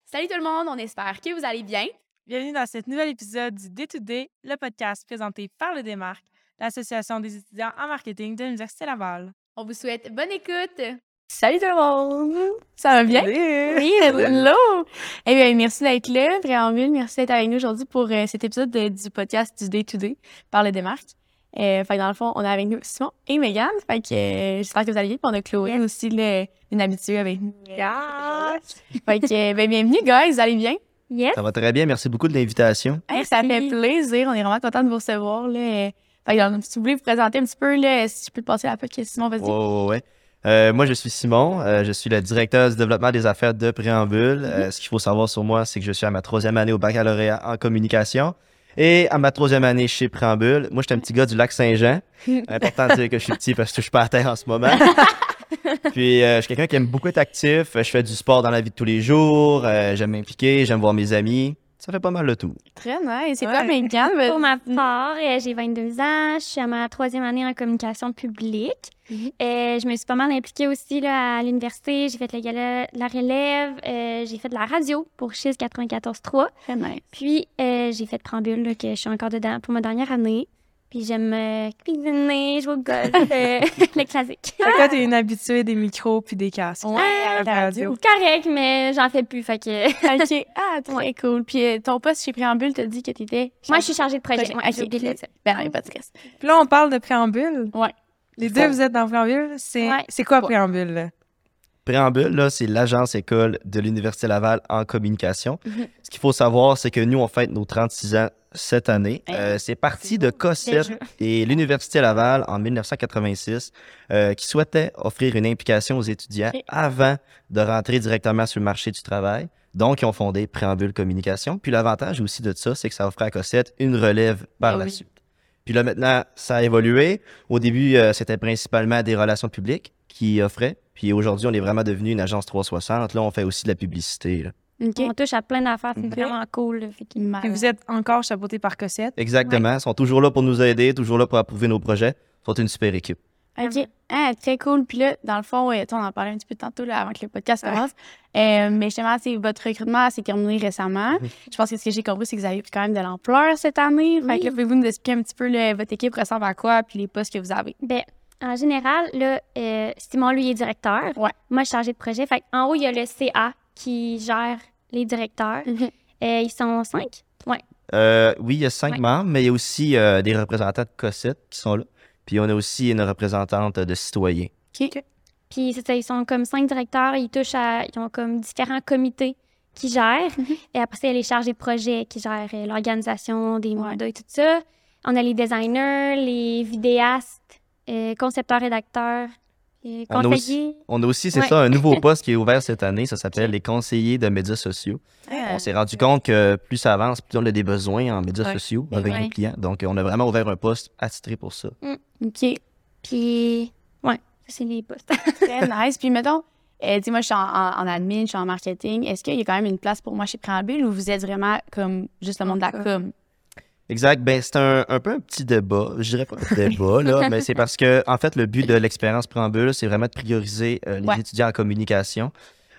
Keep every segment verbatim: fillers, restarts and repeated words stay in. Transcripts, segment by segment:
Salut tout le monde, on espère que vous allez bien. Bienvenue dans cet nouvel épisode du Day to Day, le podcast présenté par le Démarque, l'Association des étudiants en marketing de l'Université Laval. On vous souhaite bonne écoute. Salut tout le monde! Ça va bien? Salut! Oui, hello! Eh bien, merci d'être là, Préambule. Merci d'être avec nous aujourd'hui pour euh, cet épisode de- du podcast du Day to Day par le Démarque. Euh, fait que dans le fond, on a avec nous Simon et Mégane. Fait que euh, j'espère que vous allez bien. Puis on a Chloé Yes. aussi, le- une habituée avec nous. Yes! Fait que euh, ben, bienvenue, guys. Vous allez bien? Yes. Ça va très bien. Merci beaucoup de l'invitation. Hey, ça fait plaisir. On est vraiment content de vous recevoir. Là. Euh, Fait que, euh, si vous voulez vous présenter un petit peu, là, si je peux te passer la poque, Simon, vas-y. Ouais, ouais, ouais. Euh, moi, je suis Simon. Euh, je suis le directeur du développement des affaires de Préambule. Euh, ce qu'il faut savoir sur moi, c'est que je suis à ma troisième année au baccalauréat en communication et à ma troisième année chez Préambule. Moi, je suis un petit gars du lac Saint-Jean. Important de dire que je suis petit parce que je suis pas à terre en ce moment. Puis, euh, je suis quelqu'un qui aime beaucoup être actif. Je fais du sport dans la vie de tous les jours. Euh, j'aime m'impliquer. J'aime voir mes amis. Ça fait pas mal le tout. Très nice. C'est Ouais. pas Mégane. mais- Pour ma part, euh, j'ai vingt-deux ans, je suis à ma troisième année en communication publique. Mhm. Euh, je me suis pas mal impliquée aussi là, à l'université. J'ai fait le gala de la relève, euh, j'ai fait de la radio pour Chiz quatre-vingt-quatorze trois. Très nice. Puis euh, j'ai fait Préambule, là, que je suis encore dedans pour ma dernière année. Puis j'aime euh, cuisiner, jouer au golf, euh, les classiques. Fait que toi, t'es une habituée des micros puis des casques. Ouais, à la radio. Correct, mais j'en fais plus, fait que... OK. Ah, très cool. Puis euh, ton poste chez Préambule t'a dit que t'étais... Moi, je suis chargée de projet. Projet. Ouais, Ok, j'ai oublié de le puis- dire. Ben non, y a pas de stress. Puis là, on parle de Préambule. Ouais. Les deux, vous êtes dans Préambule. C'est Ouais. c'est quoi Préambule? là? Préambule, là, c'est l'agence école de l'Université Laval en communication. Mhm. Ce qu'il faut savoir, c'est que nous, on fête nos trente-six ans cette année. Hey, Euh, c'est parti de COSET Déjà. et l'Université Laval en dix-neuf cent quatre-vingt-six euh, qui souhaitait offrir une implication aux étudiants Ok. avant de rentrer directement sur le marché du travail. Donc, ils ont fondé Préambule Communication. Puis l'avantage aussi de ça, c'est que ça offrait à COSET une relève par Ah la oui. suite. Puis là, maintenant, ça a évolué. Au début, euh, c'était principalement des relations publiques qui offraient. Puis aujourd'hui, on est vraiment devenu une agence trois cent soixante. Là, on fait aussi de la publicité. là. OK. On touche à plein d'affaires, c'est Ok. vraiment cool. là, fait que- Malade. Puis vous êtes encore chapeauté par Cossette. Exactement. Ils sont toujours là pour nous aider, toujours là pour approuver nos projets. Ils sont une super équipe. OK. Ah, très cool. Puis là, dans le fond, euh, tu sais, on en parlait un petit peu tantôt là, avant que le podcast commence. Euh, mais justement, c'est votre recrutement s'est terminé récemment. Je pense que ce que j'ai compris, c'est que vous avez pris quand même de l'ampleur cette année. Fait que là, pouvez-vous nous expliquer un petit peu là, votre équipe ressemble à quoi, puis les postes que vous avez? Ben, en général, là, euh, Simon, lui, est directeur. Ouais. Moi, je suis chargée de projet. Fait en haut, il y a le C A qui gère les directeurs. Mhm. Euh, ils sont cinq. Ouais. Euh, oui, il y a cinq Ouais. membres, mais il y a aussi euh, des représentants de COSET qui sont là. Puis on a aussi une représentante de citoyens. OK. Puis c'est ça, ils sont comme cinq directeurs. Ils touchent à... Ils ont comme différents comités qui gèrent. Mhm. Et après ça, il y a les chargés de projet qui gèrent euh, l'organisation des Ouais. mandats et tout ça. On a les designers, les vidéastes, euh, concepteurs, rédacteurs, euh, On a conseillers. On a aussi, c'est Ouais. ça, un nouveau poste qui est ouvert cette année. Ça s'appelle les conseillers de médias sociaux. Ah, On s'est rendu compte que plus ça avance, plus on a des besoins en médias Ouais. sociaux Ben avec ouais. nos clients. Donc, on a vraiment ouvert un poste attitré pour ça. OK. Puis, ouais, ça, c'est les postes. Très nice. Puis mettons, euh, tu sais, moi, je suis en, en, en admin, je suis en marketing. Est-ce qu'il y a quand même une place pour moi chez Préambule ou vous êtes vraiment comme juste le monde de la com? Exact. Ben, c'est un, un peu un petit débat. Je dirais pas un débat, là, mais c'est parce que, en fait, le but de l'expérience préambule, c'est vraiment de prioriser euh, les Ouais. étudiants en communication.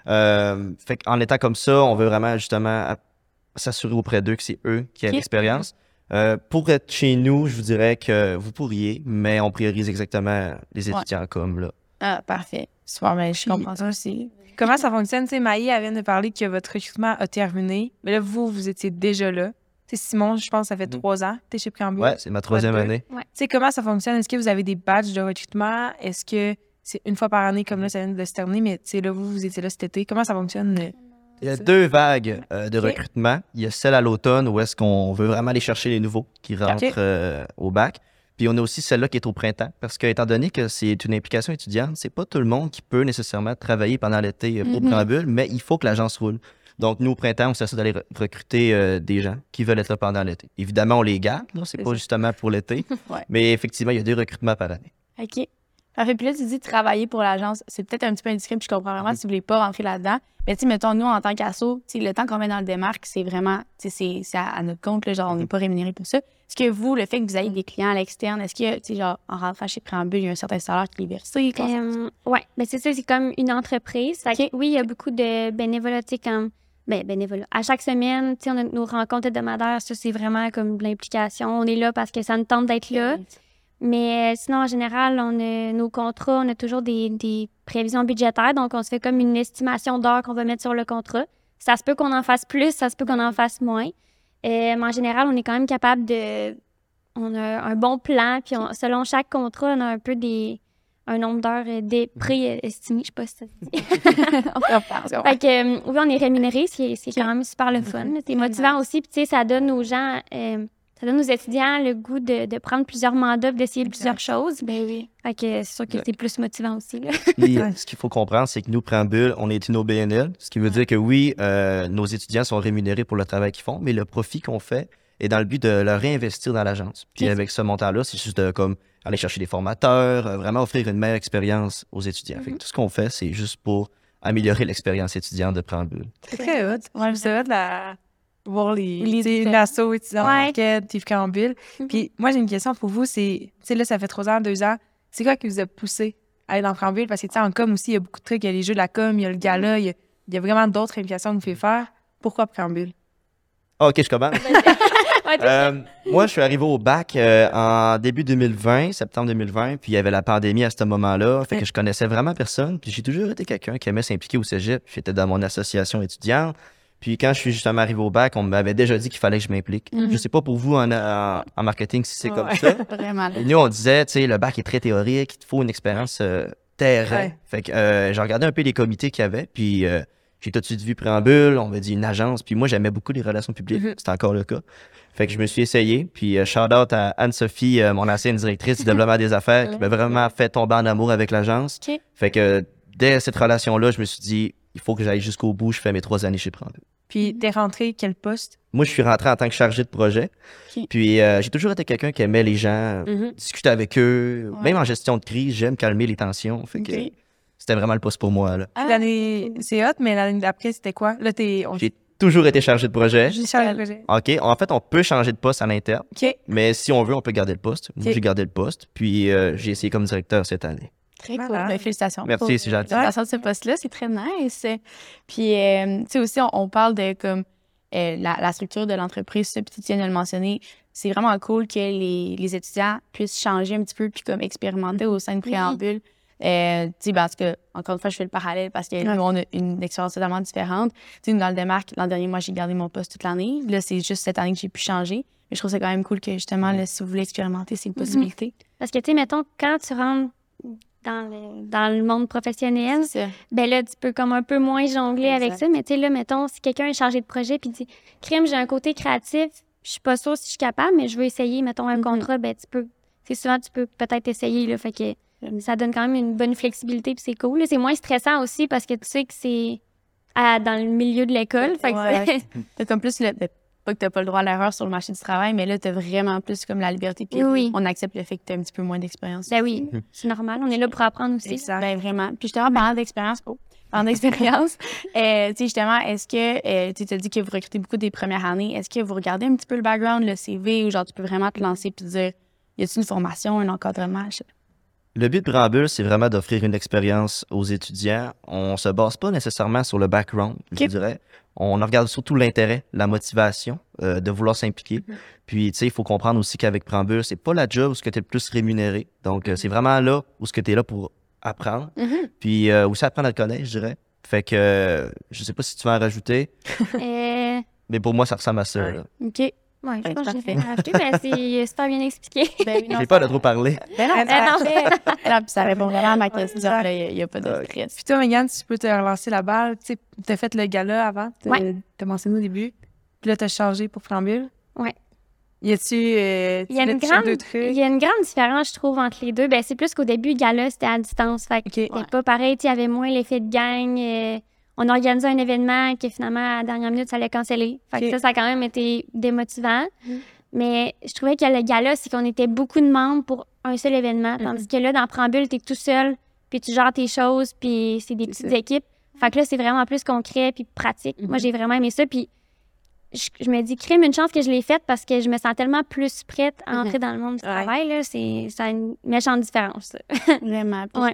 Euh, fait qu'en étant comme ça, on veut vraiment, justement, à- s'assurer auprès d'eux que c'est eux qui ont Ok. l'expérience. Euh, pour être chez nous, je vous dirais que vous pourriez, mais on priorise exactement les Ouais. étudiants comme là. Ah, parfait. Super, mais je comprends ça aussi. Comment ça fonctionne? Tu sais, Maï, elle vient de parler que votre recrutement a terminé. Mais là, vous, vous étiez déjà là. Tu sais, Simon, je pense que ça fait Mhm. trois ans que tu es chez Préambule. Ouais, c'est ma troisième deux. année. Tu sais, comment ça fonctionne? Est-ce que vous avez des badges de recrutement? Est-ce que c'est une fois par année, comme là, ça vient de se terminer, mais tu sais, là, vous, vous étiez là cet été. Comment ça fonctionne? euh? Il y a Ça. deux vagues euh, de Ok. recrutement. Il y a celle à l'automne où est-ce qu'on veut vraiment aller chercher les nouveaux qui rentrent Ok. euh, au bac. Puis on a aussi celle-là qui est au printemps parce que étant donné que c'est une implication étudiante, c'est pas tout le monde qui peut nécessairement travailler pendant l'été euh, pour Mhm. Préambule, mais il faut que l'agence roule. Donc nous au printemps, on s'essaie d'aller re- recruter euh, des gens qui veulent être là pendant l'été. Évidemment, on les garde, là, c'est C'est pas ça. justement pour l'été, Ouais. mais effectivement, il y a deux recrutements par année. OK. Parfait. Puis là, tu dis travailler pour l'agence. C'est peut-être un petit peu indiscret, puis je comprends vraiment si vous voulez pas rentrer là-dedans. Mais tu sais, mettons, nous, en tant qu'asso, tu sais, le temps qu'on met dans le démarque, c'est vraiment, tu sais, c'est- c'est à, à notre compte, là, genre, on n'est pas rémunéré pour ça. Est-ce que vous, le fait que vous ayez des clients à l'externe, est-ce que, tu sais, genre, en rentrant chez Préambule, il y a un certain salaire qui est versé? Comment ça- Euh, ouais, ben c'est ça, c'est comme une entreprise. Fait que Ok. oui, il y a beaucoup de bénévolat, tu sais, comme Ben, bénévolat. À chaque semaine, tu sais, on a nos rencontres hebdomadaires. Ça, c'est vraiment comme de l'implication. On est là parce que ça nous tente d'être là. Mais euh, sinon, en général, on a nos contrats, on a toujours des, des prévisions budgétaires. Donc, on se fait comme une estimation d'heures qu'on va mettre sur le contrat. Ça se peut qu'on en fasse plus, ça se peut qu'on en fasse moins. Euh, mais en général, on est quand même capable de... On a un bon plan, puis on, selon chaque contrat, on a un peu des... un nombre d'heures euh, des pré-estimé, je sais pas si ça se dit. Fait que, euh, oui, on est rémunéré, c'est, c'est quand même super le fun. C'est motivant aussi, puis tu sais, ça donne aux gens... Euh, ça donne aux étudiants le goût de, de prendre plusieurs mandats, d'essayer Exact. plusieurs choses. Ben oui. Fait que c'est sûr que c'est plus motivant aussi. Là. Puis, ce qu'il faut comprendre, c'est que nous, Préambule, on est une O B N L, ce qui veut dire que oui, euh, nos étudiants sont rémunérés pour le travail qu'ils font, mais le profit qu'on fait est dans le but de le réinvestir dans l'agence. Puis C'est avec ce montant-là, c'est juste de comme aller chercher des formateurs, euh, vraiment offrir une meilleure expérience aux étudiants. Fait que tout ce qu'on fait, c'est juste pour améliorer l'expérience étudiante de Préambule. C'est très hot. Ouais, C'est hot la... voir les, Les tu sais, différents- l'asso étudiant Ouais. enquête, T F Préambule. Puis moi, j'ai une question pour vous. C'est, tu sais, là, ça fait trois ans, deux ans. C'est quoi qui vous a poussé à aller dans Préambule? Parce que, tu sais, en com aussi, il y a beaucoup de trucs. Il y a les jeux de la com, il y a le gala, il y a, il y a vraiment d'autres implications que vous faites faire. Pourquoi Préambule? Ah, OK, je commence. Euh, moi, je suis arrivé au bac euh, en début deux mille vingt, septembre deux mille vingt, puis il y avait la pandémie à ce moment-là, fait que je connaissais vraiment personne, puis j'ai toujours été quelqu'un qui aimait s'impliquer au cégep, j'étais dans mon association étudiante, puis quand je suis justement arrivé au bac, on m'avait déjà dit qu'il fallait que je m'implique. Mhm. Je sais pas pour vous en, en, en marketing si c'est comme Ouais. ça. Vraiment. Et nous, on disait, tu sais, le bac est très théorique, il te faut une expérience euh, terrain. Ouais. Fait que euh, j'ai regardé un peu les comités qu'il y avait, puis euh, j'ai tout de suite vu Préambule, on m'a dit une agence, puis moi, j'aimais beaucoup les relations publiques, Mhm. c'est encore le cas. Fait que je me suis essayé, puis euh, shout-out à Anne-Sophie, euh, mon ancienne directrice du développement des affaires, qui m'a vraiment fait tomber en amour avec l'agence. OK. Fait que dès cette relation-là, je me suis dit, il faut que j'aille jusqu'au bout, je fais mes trois années chez Préambule. Puis t'es rentré quel poste? Moi, je suis rentré en tant que chargé de projet. Ok. Puis, euh, j'ai toujours été quelqu'un qui aimait les gens, Mhm. discuter avec eux. Ouais. Même en gestion de crise, j'aime calmer les tensions. Fait que Ok. c'était vraiment le poste pour moi. Là. Puis l'année, c'est hot, mais l'année d'après, c'était quoi? Là, t'es. On... J'ai toujours été chargé de projet. Juste sur le projet. OK. En fait, on peut changer de poste à l'interne, OK. mais si on veut, on peut garder le poste. Moi, Ok. j'ai gardé le poste. Puis, euh, j'ai essayé comme directeur cette année. Très cool. Voilà. Ben, félicitations. Merci, pour- c'est gentil. Félicitations de ce poste-là, c'est très nice. Puis, euh, tu sais, aussi, on, on parle de comme euh, la, la structure de l'entreprise, ça, puis tu viens de le mentionner. C'est vraiment cool que les, les étudiants puissent changer un petit peu puis comme expérimenter au sein de Préambule. Euh, tu sais, parce que, encore une fois, je fais le parallèle parce que Ouais. nous, on a une expérience totalement différente. Tu sais, dans le démarque, l'an dernier, moi, j'ai gardé mon poste toute l'année. Là, c'est juste cette année que j'ai pu changer. Mais je trouve ça quand même cool que, justement, là, si vous voulez expérimenter, c'est une possibilité. Parce que, tu sais, mettons, quand tu rentres dans le, dans le monde professionnel, C'est ça. ben là, tu peux comme un peu moins jongler Exact. avec ça. Mais tu sais, là, mettons, si quelqu'un est chargé de projet puis dit « Crime, j'ai un côté créatif, je suis pas sûre si je suis capable, mais je veux essayer, mettons, un Mhm. contrat, ben tu peux... C'est souvent, tu peux peut-être essayer, là. Fait que ça donne quand même une bonne flexibilité puis c'est cool. là. C'est moins stressant aussi parce que tu sais que c'est à- dans le milieu de l'école. Fait que Ouais. c'est- T'as comme plus le. Pas que t'as pas le droit à l'erreur sur le marché du travail, mais là, t'as vraiment plus comme la liberté. Puis Oui. on accepte le fait que t'as un petit peu moins d'expérience. Ben oui, c'est normal. On est là pour apprendre aussi. Exact. Ben vraiment. Puis justement, parlant d'expérience, oh, parlant d'expérience, euh, tu sais, justement, est-ce que, euh, tu as dit que vous recrutez beaucoup des premières années, est-ce que vous regardez un petit peu le background, le C V, ou genre tu peux vraiment te lancer puis te dire, y a-t-il une formation, un encadrement? Je sais pas. Le but de Préambule, c'est vraiment d'offrir une expérience aux étudiants. On se base pas nécessairement sur le background, je Ok. dirais. On regarde surtout l'intérêt, la motivation euh, de vouloir s'impliquer. Puis, tu sais, il faut comprendre aussi qu'avec Préambule, c'est pas la job où tu es le plus rémunéré. Donc, euh, c'est vraiment là où tu es là pour apprendre. Puis, euh, aussi apprendre à le connaître, je dirais. Fait que, euh, je sais pas si tu vas en rajouter, Euh, mais pour moi, ça ressemble à ça. Ouais. là. OK. ouais, je Ouais, pense que j'ai parfait. rien rajouté, mais c'est super bien expliqué. Ben oui, non, J'ai pas de trop parler. Ben non, Ben ben non. non, ben non, puis ça répond vraiment à ma question. exact. Il n'y a, pas de Ok. stress. Puis toi, Megan, si tu peux te relancer la balle, tu sais, t'as fait le gala avant, t'as Ouais. t'as mentionné au début, puis là, t'as changé pour Préambule. Ouais. Y a-tu euh, Il y a tu une voulais toucher grande, deux il trucs? y a une grande différence, je trouve, entre les deux. Ben, c'est plus qu'au début, Gala, c'était à distance. Fait que OK. c'était pas pareil. Tu sais, il y avait moins l'effet de gang. euh, on organisait un événement que finalement, à la dernière minute, ça allait canceller. Fait que OK. ça, ça a quand même été démotivant. Mais je trouvais que le Gala, c'est qu'on était beaucoup de membres pour un seul événement. Tandis que là, dans Préambule, t'es tout seul, puis tu gères tes choses, puis c'est des C'est petites ça. équipes. Fait que là, c'est vraiment plus concret puis pratique. Moi, j'ai vraiment aimé ça. Puis je, je me dis, crime, une chance que je l'ai faite parce que je me sens tellement plus prête à entrer dans le monde du Ouais. travail. Là. C'est, ça a une méchante différence. là. Vraiment. Puis Ouais.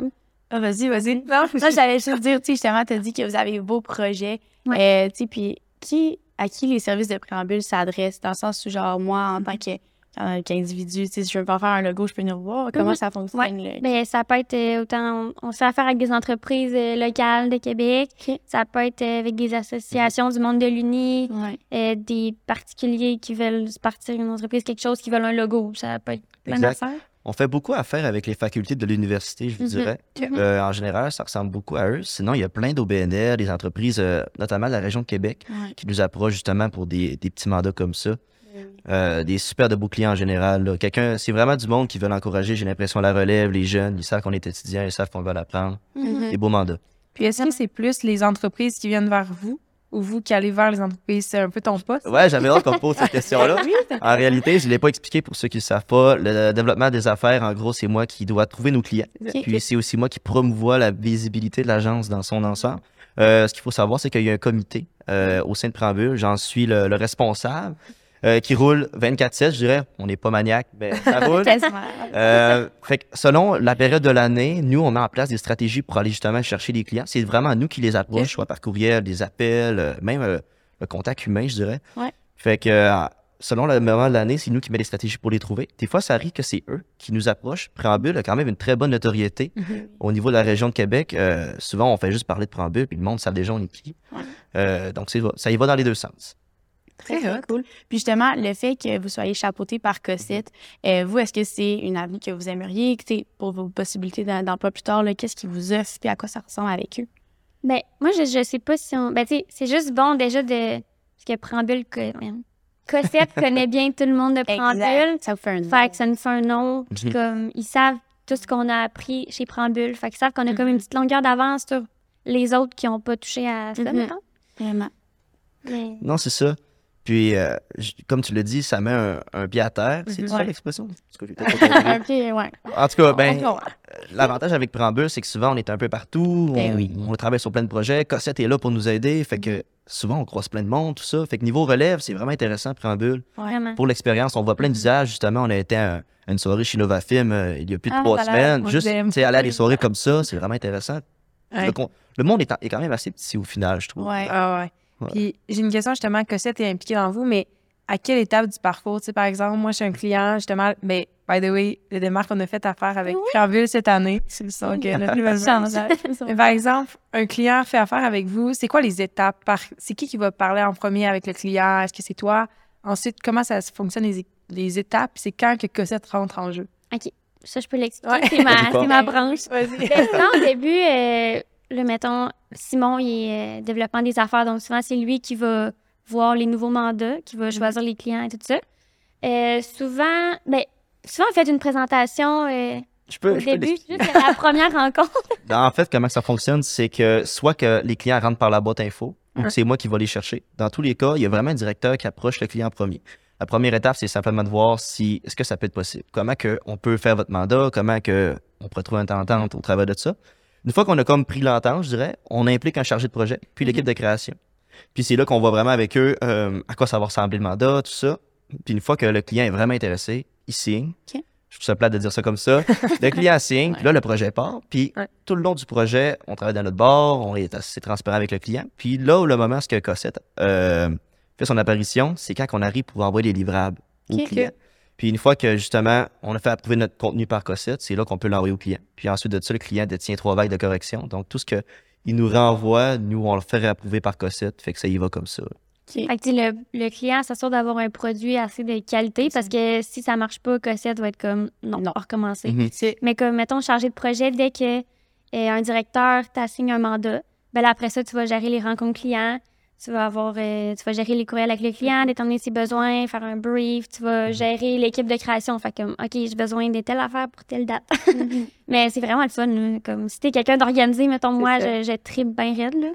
Ah, vas-y, vas-y. Non, Ça, j'allais juste dire, tu sais, justement, tu as dit que vous avez vos projets. Ouais. Euh, tu sais, puis qui, à qui les services de préambule s'adressent? Dans le sens où, genre, moi, en tant que, euh, qu'individu, tu sais, si je veux pas faire un logo, je peux venir voir comment Mhm. ça fonctionne. là. Ben, ça peut être euh, autant, on, on se fait affaire avec des entreprises euh, locales de Québec. Ok. Ça peut être euh, avec des associations du monde de l'Uni, Ouais. euh, des particuliers qui veulent se partir une entreprise, quelque chose, qui veulent un logo. Ça peut être plein Exact. d'affaires. On fait beaucoup affaire avec les facultés de l'université, je vous Mhm. dirais. Mhm. Euh, en général, ça ressemble beaucoup à eux. Sinon, il y a plein d'O B N R, des entreprises, euh, notamment de la région de Québec, Ouais. qui nous approchent justement pour des, des petits mandats comme ça. Euh, des super de beaux clients en général. là. Quelqu'un, c'est vraiment du monde qui veut l'encourager, j'ai l'impression, la relève, les jeunes, ils savent qu'on est étudiants, ils savent qu'on va l'apprendre. Mhm. Des beaux mandats. Puis est-ce que c'est plus les entreprises qui viennent vers vous ou vous qui allez vers les entreprises? C'est un peu ton poste? Ouais, j'avais hâte qu'on me pose cette question-là. En réalité, je ne l'ai pas expliqué pour ceux qui ne le savent pas. Le développement des affaires, en gros, c'est moi qui dois trouver nos clients. Ok. Puis c'est aussi moi qui promouvois la visibilité de l'agence dans son ensemble. Euh, ce qu'il faut savoir, c'est qu'il y a un comité euh, au sein de Préambule. J'en suis le, le responsable euh, qui roule vingt-quatre sept, je dirais. On n'est pas maniaque, mais ça roule. Quasiment. Euh, fait que selon la période de l'année, nous, on met en place des stratégies pour aller justement chercher les clients. C'est vraiment nous qui les approchons, soit par courriel, des appels, euh, même euh, le contact humain, je dirais. Ouais. Fait que euh, selon le moment de l'année, c'est nous qui mettons des stratégies pour les trouver. Des fois, ça arrive que c'est eux qui nous approchent. Préambule a quand même une très bonne notoriété au niveau de la région de Québec. Euh, souvent, on fait juste parler de Préambule, puis le monde savent déjà on est qui. Ouais. Euh, donc, c'est, ça y va dans les deux sens. Très, très cool. Puis justement, le fait que vous soyez chapeauté par Cossette, euh, vous, est-ce que c'est une avenue que vous aimeriez? Tu sais, pour vos possibilités d'em- d'emploi plus tard, là, qu'est-ce qu'ils vous offrent et à quoi ça ressemble avec eux? Ben, moi, je, je sais pas si on. Ben, tu sais, c'est juste bon déjà de. Parce que Préambule. co- Cossette connaît bien tout le monde de Préambule. Ça vous fait un nom. Fait que ça nous fait un nom. Puis Mhm. comme, ils savent tout ce qu'on a appris chez Préambule. Fait qu'ils savent qu'on a comme une petite longueur d'avance sur les autres qui n'ont pas touché à ça, Mhm. mettons. Vraiment. Mais- Non, c'est ça. Puis, euh, j- comme tu l'as dit, ça met un, un pied à terre. C'est Mhm. ça Ouais. l'expression? Parce que j'ai peut-être pas compris. Un pied, ouais. En tout cas, ben, On- on- l'avantage avec Préambule, c'est que souvent, on est un peu partout. Ben on, oui. on travaille sur plein de projets. Cossette est là pour nous aider. Fait que souvent, on croise plein de monde, tout ça. Fait que niveau relève, c'est vraiment intéressant, Préambule. Vraiment. Pour l'expérience, on voit plein de visages. Justement, on a été à, à une soirée chez Novafilm euh, il y a plus de Ah, trois voilà. semaines. Moi, Juste, j'aime. tu sais, aller à des soirées comme ça, c'est vraiment intéressant. Ouais. Le, con- le monde est, en- est quand même assez petit au final, je trouve. Ouais. Ah ouais. Ouais. Puis j'ai une question justement, Cossette est impliquée dans vous, mais à quelle étape du parcours? Tu sais, par exemple, moi, je suis un client, justement, mais by the way, le démarque qu'on a fait affaire avec Préambule cette année. C'est Donc, euh, notre ça. nouvelle Change. Mais par exemple, un client fait affaire avec vous, c'est quoi les étapes? Par... C'est qui qui va parler en premier avec le client? Est-ce que c'est toi? Ensuite, comment ça se fonctionne les, é- les étapes? C'est quand que Cossette rentre en jeu? OK. Ça, je peux l'expliquer. Ouais. C'est ma, Vas-y, c'est pas. ma branche. Vas-y. Ben, sinon, au début, euh, le mettons, Simon, il est euh, développement des affaires. Donc, souvent, c'est lui qui va voir les nouveaux mandats, qui va choisir les clients et tout ça. Euh, souvent, ben, souvent, on fait une présentation euh, Je peux, au je peux début, l'expliquer. juste à la première rencontre. En fait, comment ça fonctionne, c'est que soit que les clients rentrent par la boîte info ou que c'est moi qui vais les chercher. Dans tous les cas, il y a vraiment un directeur qui approche le client en premier. La première étape, c'est simplement de voir si est-ce que ça peut être possible. Comment que on peut faire votre mandat, comment que on pourrait trouver une entente au travers de ça. Une fois qu'on a comme pris l'entente, je dirais, on implique un chargé de projet, puis l'équipe de création. Puis c'est là qu'on voit vraiment avec eux euh, à quoi ça va ressembler le mandat, tout ça. Puis une fois que le client est vraiment intéressé, il signe. OK. Je trouve ça plate de dire ça comme ça. Le client signe, puis là, le projet part. Puis Ouais. tout le long du projet, on travaille dans notre bord, on est assez transparent avec le client. Puis là, où le moment où Cossette euh, fait son apparition, c'est quand on arrive pour envoyer les livrables au OK. client. Puis une fois que, justement, on a fait approuver notre contenu par Cossette, c'est là qu'on peut l'envoyer au client. Puis ensuite de ça, le client détient trois vagues de correction. Donc, tout ce qu'il nous renvoie, nous, on le fait réapprouver par Cossette. Fait que ça y va comme ça. Fait que, tu sais, le, le client s'assure d'avoir un produit assez de qualité parce que si ça marche pas, Cossette va être comme non, Non. on va recommencer. Mhm. Mais comme, mettons, chargé de projet, dès que euh, un directeur t'assigne un mandat, ben là, après ça, tu vas gérer les rencontres clients, tu vas avoir, euh, tu vas gérer les courriels avec le client, déterminer ses besoins, faire un brief, tu vas gérer l'équipe de création. Fait comme, OK, j'ai besoin de telle affaire pour telle date. Mais c'est vraiment le fun, là. Comme, si t'es quelqu'un d'organisé, mettons, moi, ça. je, je tripe bien raide, là.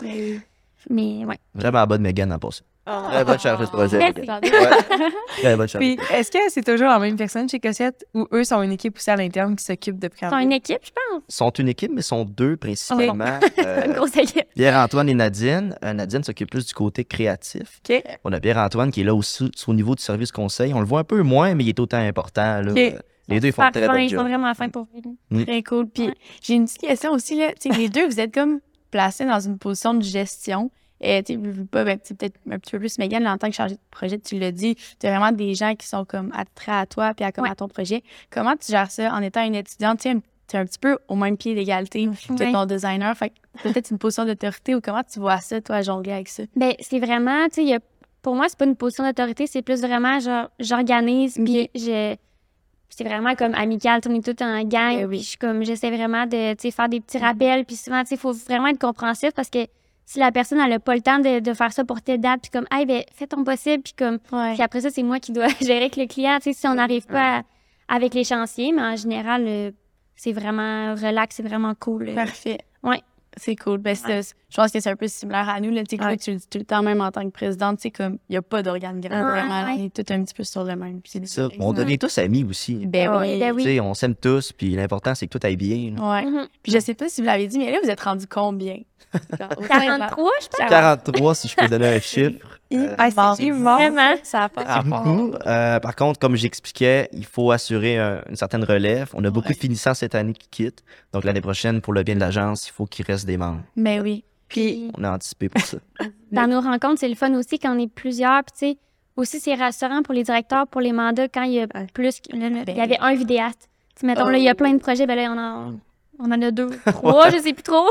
Mais ouais. Vraiment à bas de Megan en passant. Très bonne charge de projet. Merci. Ouais. Très bonne charge. Puis, est-ce que c'est toujours la même personne chez Cossette ou eux sont une équipe aussi à l'interne qui s'occupe de Ils sont Préambule? une équipe, je pense. Ils sont une équipe, mais sont deux principalement. Une Euh, grosse équipe. Pierre-Antoine et Nadine. Euh, Nadine s'occupe plus du côté créatif. OK. On a Pierre-Antoine qui est là aussi au niveau du service conseil. On le voit un peu moins, mais il est autant important. Là. OK. Euh, Les deux, ils font Super très fins, bon ils sont job. vraiment fins pour vous. Mm. Très cool. Puis Ouais. j'ai une petite question aussi, là. Tu sais, les deux, vous êtes comme placés dans une position de gestion. Et tu sais, veux- veux pas, ben, tu sais, peut-être un petit peu plus Megan, là, en tant que chargée de projet, tu l'as dit, tu as vraiment des gens qui sont comme attraits à toi puis à, comme Ouais. à ton projet. Comment tu gères ça en étant une étudiante? Tu sais, tu es un petit peu au même pied d'égalité que Ouais. ton designer. Fait que peut-être une position d'autorité ou comment tu vois ça, toi, jongler avec ça? Ben, c'est vraiment, tu sais, il y a- pour moi, c'est pas une position d'autorité, c'est plus vraiment, genre, j'organise, puis je. C'est vraiment comme amical, tu sais, on est tous en gang, Ben oui. puis je suis comme, j'essaie vraiment de, tu sais, faire des petits rappels, puis souvent, tu sais, il faut vraiment être compréhensif parce que si la personne, elle a pas le temps de, de faire ça pour telle date, puis comme, hey, ben, fais ton possible, puis comme, Ouais. puis après ça, c'est moi qui dois gérer avec le client, tu sais, si on n'arrive pas à- avec l'échéancier, mais en général, euh, c'est vraiment relax, c'est vraiment cool. euh. Parfait. Ouais. C'est cool. Ben, c'est- je pense que c'est un peu similaire à nous. Là, tu sais, Chloé, Ouais. tu le dis tout le temps, même en tant que présidente, tu sais, comme, il n'y a pas d'organigramme. Ouais. Vraiment, Ouais. on est tous un petit peu sur le même. Puis c'est Ça, on devient tous amis aussi. Ben Ah oui. Ben Tu oui. sais, on s'aime tous, puis l'important, c'est que tout aille bien. là. Ouais. Mhm. Puis je sais pas si vous l'avez dit, mais là, vous êtes rendu combien? Genre, au sein de la- quarante-trois, je pense. quarante-trois, si je peux donner un chiffre. Euh, Ah, c'est immense. Vraiment. Ça a pas C'est beaucoup. Euh, par contre, comme j'expliquais, il faut assurer un- une certaine relève. On a beaucoup Ouais. de finissants cette année qui quittent. Donc, l'année prochaine, pour le bien de l'agence, il faut qu'il reste des membres. Mais oui. Puis, On a anticipé pour ça. dans nos rencontres, c'est le fun aussi quand on est plusieurs. Puis, tu sais, aussi, c'est rassurant pour les directeurs, pour les mandats, quand il y a plus. que- là, là, il y avait un vidéaste. Tu sais, mettons, là, il y a plein de projets, ben là, on en, on en a deux, trois, je sais plus trop.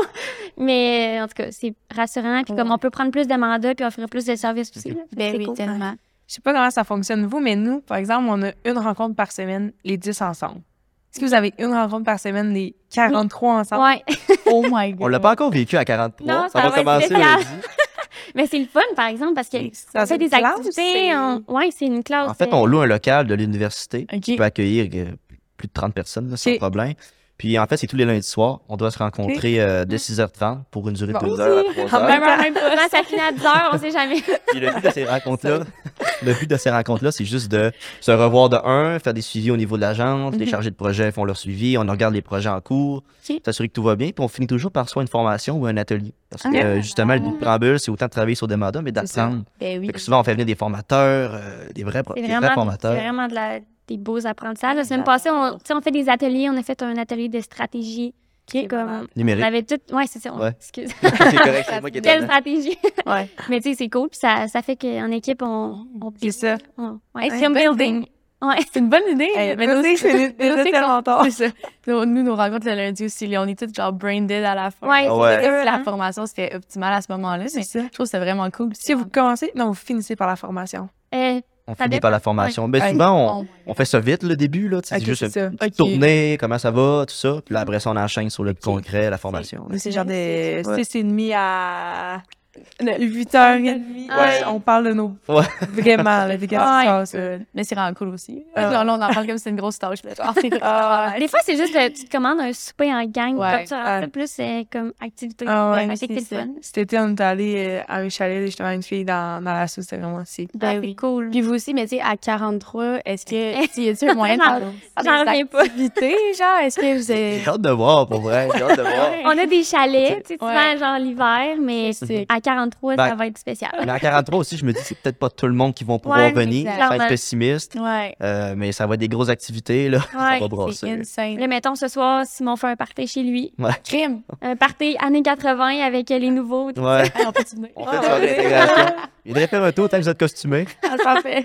Mais en tout cas, c'est rassurant. Puis, comme Ouais. on peut prendre plus de mandats, puis offrir plus de services aussi. là. Fait que Ben c'est oui, cool. tellement. Je sais pas comment ça fonctionne, vous, mais nous, par exemple, on a une rencontre par semaine, les dix ensemble. Est-ce que vous avez une rencontre par semaine, les quarante-trois ensemble? Ouais. Oh my God. On l'a pas encore vécu à quarante-trois. Non, ça, ça va va être commencer spécial. lundi. Mais c'est le fun, par exemple, parce que Ça, on fait des classe, activités. c'est- On... Ouais, c'est une classe. En fait, euh, on loue un local de l'université OK. qui peut accueillir euh, plus de trente personnes, là, sans Ok. problème. Puis, en fait, c'est tous les lundis soirs. On doit se rencontrer euh, dès six heures trente pour une durée de Bon. deux heures à trois En heures. même Même, même pas. Souvent, ça finit à dix heures, on sait jamais. Puis le but de ces rencontres-là, le but de ces rencontres-là, c'est juste de se revoir de un, faire des suivis au niveau de l'agence, les Mhm. chargés de projet font leur suivi, on regarde les projets en cours, Ok. s'assurer que tout va bien, puis on finit toujours par soit une formation ou un atelier. Parce que Ok. euh, justement, le but de préambule, c'est autant de travailler sur des mandats, mais ça. d'apprendre. Ben oui. Fait que souvent, on fait venir des formateurs, euh, des vrais, pro- C'est des vrais vraiment, c'est formateurs. vraiment de la, des beaux apprentissages. La semaine passée, on, tu sais, on fait des ateliers. On a fait un atelier de stratégie. OK. Comme, Numérique. on avait tout. Ouais, c'est ça. on- Ouais. Excuse. c'est correct, c'est moi qui ai Quelle dedans. stratégie. Ouais. Mais tu sais, c'est cool. Puis ça, ça fait qu'en équipe, on. on C'est ça. on- ouais. Hey, team building. Ouais. C'est une bonne idée. Hey, mais ça, nous c'est aussi, fini nous déjà aussi, tellement tard. c'est ça. Nous, nous, nos rencontres le lundi aussi, là, on est tous genre brain dead à la fin. Ouais, Ah ouais. c'est ça. La formation, c'était optimal à ce moment-là, mais C'est ça. je trouve que c'était vraiment cool. Si vous commencez, non, vous finissez par la formation. Euh, On Ça finit dépend. par la formation. Mais Ouais. souvent, on, Oh my on fait ça vite, le début, là. tu sais, Ok, c'est juste c'est ça. une petite Ok. tournée, comment ça va, tout ça. Puis là, après ça, on enchaîne sur le concret, la formation. Nous, c'est genre de Ouais. six heures trente à huit heures trente. Ouais. On parle de nos... Ouais. Vraiment, là, des gars, God. ça, ça. Mais c'est vraiment cool aussi. Ah. Genre, là, on en parle comme si c'était une grosse tâche. mais genre, c'est Ah, Des fois, c'est juste de, tu te commandes un souper en gang, Ouais. comme ça, Ouais. ça, plus euh, comme activité. Ah ouais, Fait que c'est c'est le ça. fun. Cet été, on est allé euh, à un chalet, justement, une fille dans, dans la sauce, c'était vraiment aussi. Ah, Ben c'est oui. cool. Puis vous aussi, mais tu sais, à quarante-trois, est-ce que tu y a-tu un moyen de faire J'en des reviens pas. activités, genre, est-ce que vous êtes... J'ai hâte de voir, pour vrai. J'ai hâte de voir. On a des chalets, tu sais, souvent, Ouais. genre l'hiver, mais C'est- à quarante-trois, Ben, ça va être spécial. Mais à quarante-trois aussi, je me dis, c'est peut-être pas tout le monde qui vont pouvoir Ouais, venir, exact. sans être Clairement. pessimiste. Ouais, Euh, mais ça va être des grosses activités, là. Ça Ouais, va c'est brasser. insane. Là, mettons, ce soir, Simon fait un party chez lui. Crime! Un party années quatre-vingts avec euh, les nouveaux. tu sais. Ouais. Hey, on peut-tu venir? On fait une soirée d'intégration. Viendrait faire un tour tant que vous êtes costumés. Ah, parfait.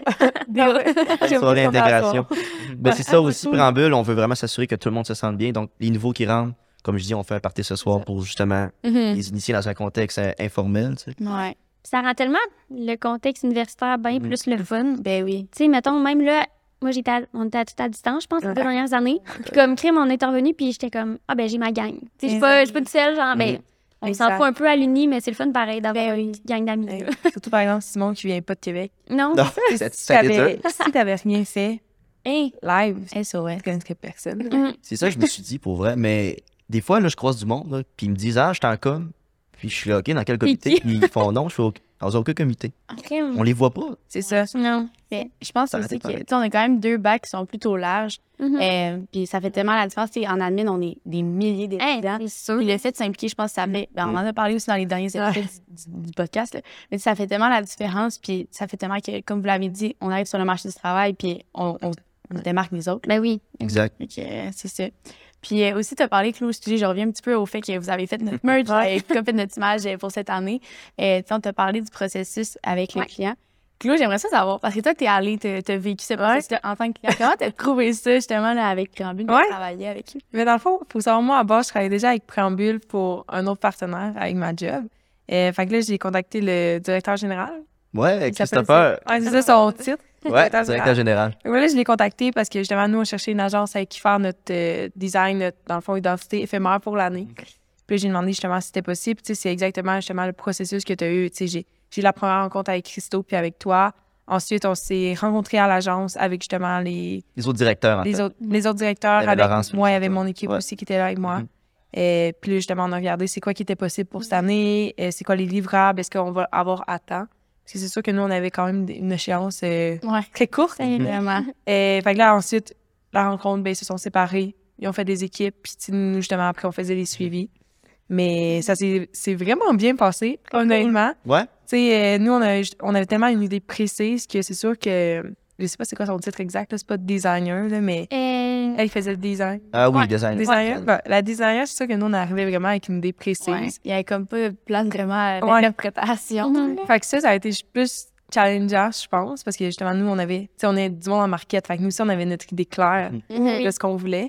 Une soirée d'intégration. Ben, c'est ça Ah, aussi, cool. préambule. On veut vraiment s'assurer que tout le monde se sente bien. Donc, les nouveaux qui rentrent, comme je dis, on fait un party ce soir pour justement Mhm. les initier dans un contexte euh, informel, tu sais. Ouais. Ça rend tellement le contexte universitaire bien Mhm. plus le fun. Ben oui. Tu sais, mettons, même là, moi, j'étais à- on était à tout à distance, je pense, les Ouais. deux dernières années. Puis comme crime, on est revenu, puis j'étais comme, ah ben, j'ai ma gang. Tu sais, je suis pas, je suis pas toute seule, genre, ben, Mhm. on s'en Exact. fout un peu à l'uni, mais c'est le fun pareil d'avoir Ben une petite gang d'amis. Ouais. là. Surtout, par exemple, Simon qui vient pas de Québec. Non? Non, Si ça- ça a été t'avais dur. si t'avais rien fait Hey. live, S O S. tu connaîtrais personne. Mm. C'est ça que je me suis dit, pour vrai. Mais des fois, là, je croise du monde, là, puis ils me disent, ah, je suis en com. Puis je suis là, OK, dans quel comité? qui? Puis ils font non, je suis au- dans aucun comité. Crime. On les voit pas. C'est ça. Non. Mais je pense Ça aussi arrête que, pas. tu sais, on a quand même deux bacs qui sont plutôt larges. Mhm. Euh, puis ça fait tellement la différence. Tu sais, en admin, on est des milliers Hey, d'étudiants. c'est sûr. Puis le fait de s'impliquer, je pense que ça fait. Ben, on en a parlé aussi dans les derniers épisodes du, du- du podcast. Là. Mais ça fait tellement la différence. Puis ça fait tellement que, comme vous l'avez dit, on arrive sur le marché du travail. Puis on, on, on se démarque des autres. Ben oui. Exact. Donc, euh, c'est ça. Puis euh, aussi, tu as parlé, Claude, je reviens un petit peu au fait que vous avez fait notre merch, vous avez fait notre image euh, pour cette année. Euh, on t'a parlé du processus avec les Ouais. clients. Claude, j'aimerais ça savoir, parce que toi, tu es allé, tu as vécu ce processus-là en tant que client. Comment tu as trouvé ça, justement, là, avec Préambule, de Ouais. travailler avec eux? Mais dans le fond, il faut savoir, moi, à base, je travaillais déjà avec Préambule pour un autre partenaire avec ma job. Euh, fait que là, j'ai contacté le directeur général. Ouais, Il s'appelle Christopher. ça. Ouais, c'est ça son titre. Ouais, Directeur directeur général. Et voilà, je l'ai contacté parce que justement, nous, on cherchait une agence avec qui faire notre euh, design, notre, dans le fond, identité éphémère pour l'année. Puis là, j'ai demandé justement si c'était possible. Tu sais, c'est exactement justement le processus que tu as eu. Tu sais, j'ai, j'ai eu la première rencontre avec Christo puis avec toi. Ensuite, on s'est rencontrés à l'agence avec justement les, Les autres directeurs, en les, fait. autres, les autres directeurs. Il y avait Avec Laurence moi, il y aussi, avait toi. mon équipe Ouais. aussi qui était là avec moi. Mhm. Et puis là, justement, on a regardé c'est quoi qui était possible pour cette année, euh, c'est quoi les livrables, est-ce qu'on va avoir à temps. Parce que c'est sûr que nous, on avait quand même des- une échéance euh, Ouais. très courte. Vraiment. Et fait que là, ensuite, la rencontre, ben, ils se sont séparés. Ils ont fait des équipes. Puis tu sais, nous, justement, après, on faisait les suivis. Mais ça s'est c'est vraiment bien passé, honnêtement. Ouais. Tu sais, euh, nous, on, a, on avait tellement une idée précise que c'est sûr que... Je sais pas c'est quoi son titre exact, là, c'est pas designer, là, mais Euh, elle faisait le design. Ah oui, Ouais. design. Designer, ben, la designer, c'est sûr que nous, on arrivait vraiment avec une idée précise. Ouais. Il y avait comme pas de place vraiment à Ouais. l'interprétation. Mhm. Fait que ça, ça a été plus challengeant, je pense, parce que justement, nous, on avait... Tu sais, on est du monde en market, fait que nous aussi, on avait notre idée claire Mhm. de ce qu'on voulait.